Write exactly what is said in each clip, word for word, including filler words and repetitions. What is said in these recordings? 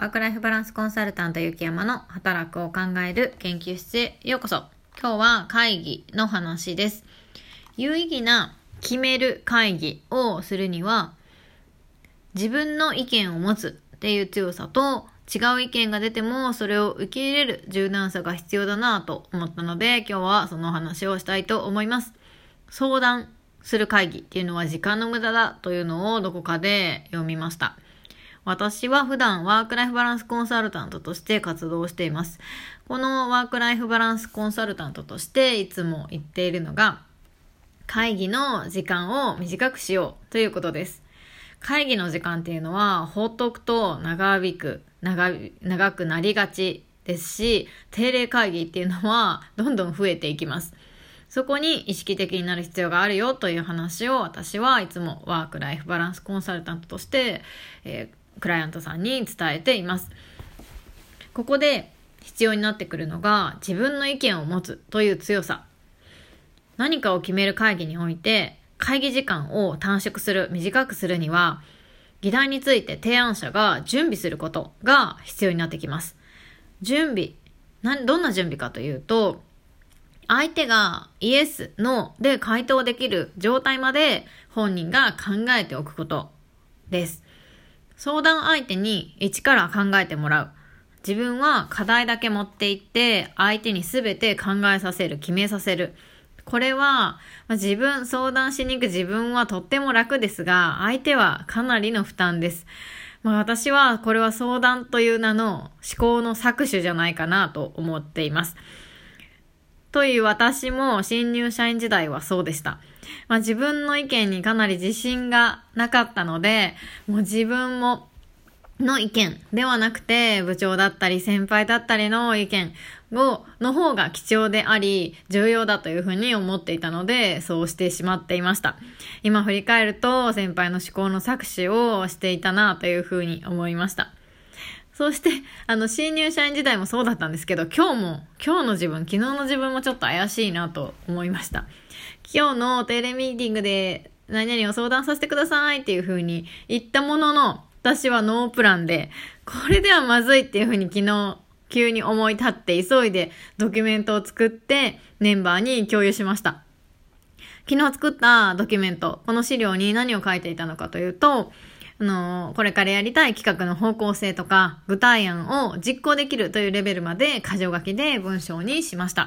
ワークライフバランスコンサルタント雪山の働くを考える研究室へようこそ。今日は会議の話です。有意義な決める会議をするには、自分の意見を持つっていう強さと、違う意見が出てもそれを受け入れる柔軟さが必要だなと思ったので、今日はその話をしたいと思います。相談する会議っていうのは時間の無駄だというのをどこかで読みました。私は普段ワークライフバランスコンサルタントとして活動しています。このワークライフバランスコンサルタントとしていつも言っているのが、会議の時間を短くしようということです。会議の時間っていうのは放っておくと長引く、長、長くなりがちですし、定例会議っていうのはどんどん増えていきます。そこに意識的になる必要があるよという話を私はいつもワークライフバランスコンサルタントとして、えー、クライアントさんに伝えています。ここで必要になってくるのが自分の意見を持つという強さ。何かを決める会議において会議時間を短縮する、短くするには議題について提案者が準備することが必要になってきます。準備、などんな準備かというと、相手がイエス、ノーで回答できる状態まで本人が考えておくことです。相談相手に一から考えてもらう。自分は課題だけ持っていって相手に全て考えさせる、決めさせる。これは自分、相談しに行く自分はとっても楽ですが、相手はかなりの負担です。まあ、私はこれは相談という名の思考の搾取じゃないかなと思っています。という私も新入社員時代はそうでした。まあ、自分の意見にかなり自信がなかったので、もう自分もの意見ではなくて部長だったり先輩だったりの意見をの方が貴重であり重要だというふうに思っていたので、そうしてしまっていました。今振り返ると先輩の思考の搾取をしていたなというふうに思いました。そして、あの、新入社員時代もそうだったんですけど、今日も、今日の自分、昨日の自分もちょっと怪しいなと思いました。今日の定例ミーティングで、何々を相談させてくださいっていう風に言ったものの、私はノープランで、これではまずいっていう風に昨日、急に思い立って急いでドキュメントを作ってメンバーに共有しました。昨日作ったドキュメント、この資料に何を書いていたのかというと、あのこれからやりたい企画の方向性とか具体案を実行できるというレベルまで箇条書きで文章にしました。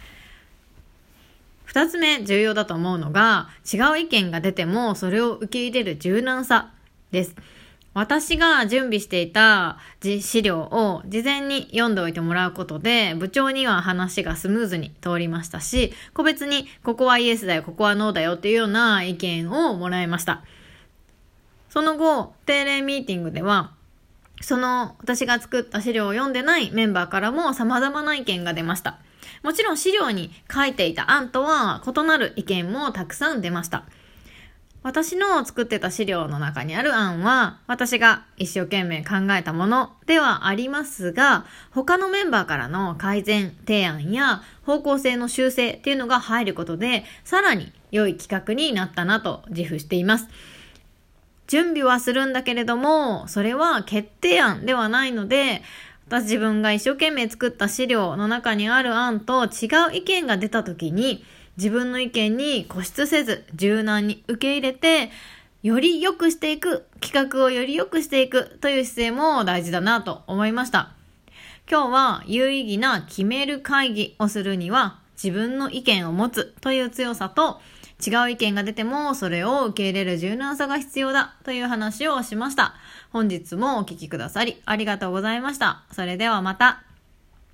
二つ目重要だと思うのが、違う意見が出てもそれを受け入れる柔軟さです。私が準備していた資料を事前に読んでおいてもらうことで、部長には話がスムーズに通りましたし、個別にここはイエスだよ、ここはノーだよっていうような意見をもらいました。その後、定例ミーティングでは、その私が作った資料を読んでないメンバーからも様々な意見が出ました。もちろん資料に書いていた案とは異なる意見もたくさん出ました。私の作ってた資料の中にある案は、私が一生懸命考えたものではありますが、他のメンバーからの改善提案や方向性の修正っていうのが入ることで、さらに良い企画になったなと自負しています。準備はするんだけれども、それは決定案ではないので、私自分が一生懸命作った資料の中にある案と違う意見が出た時に、自分の意見に固執せず柔軟に受け入れて、より良くしていく、企画をより良くしていくという姿勢も大事だなと思いました。今日は有意義な決める会議をするには、自分の意見を持つという強さと、違う意見が出てもそれを受け入れる柔軟さが必要だという話をしました。本日もお聞きくださりありがとうございました。それではまた。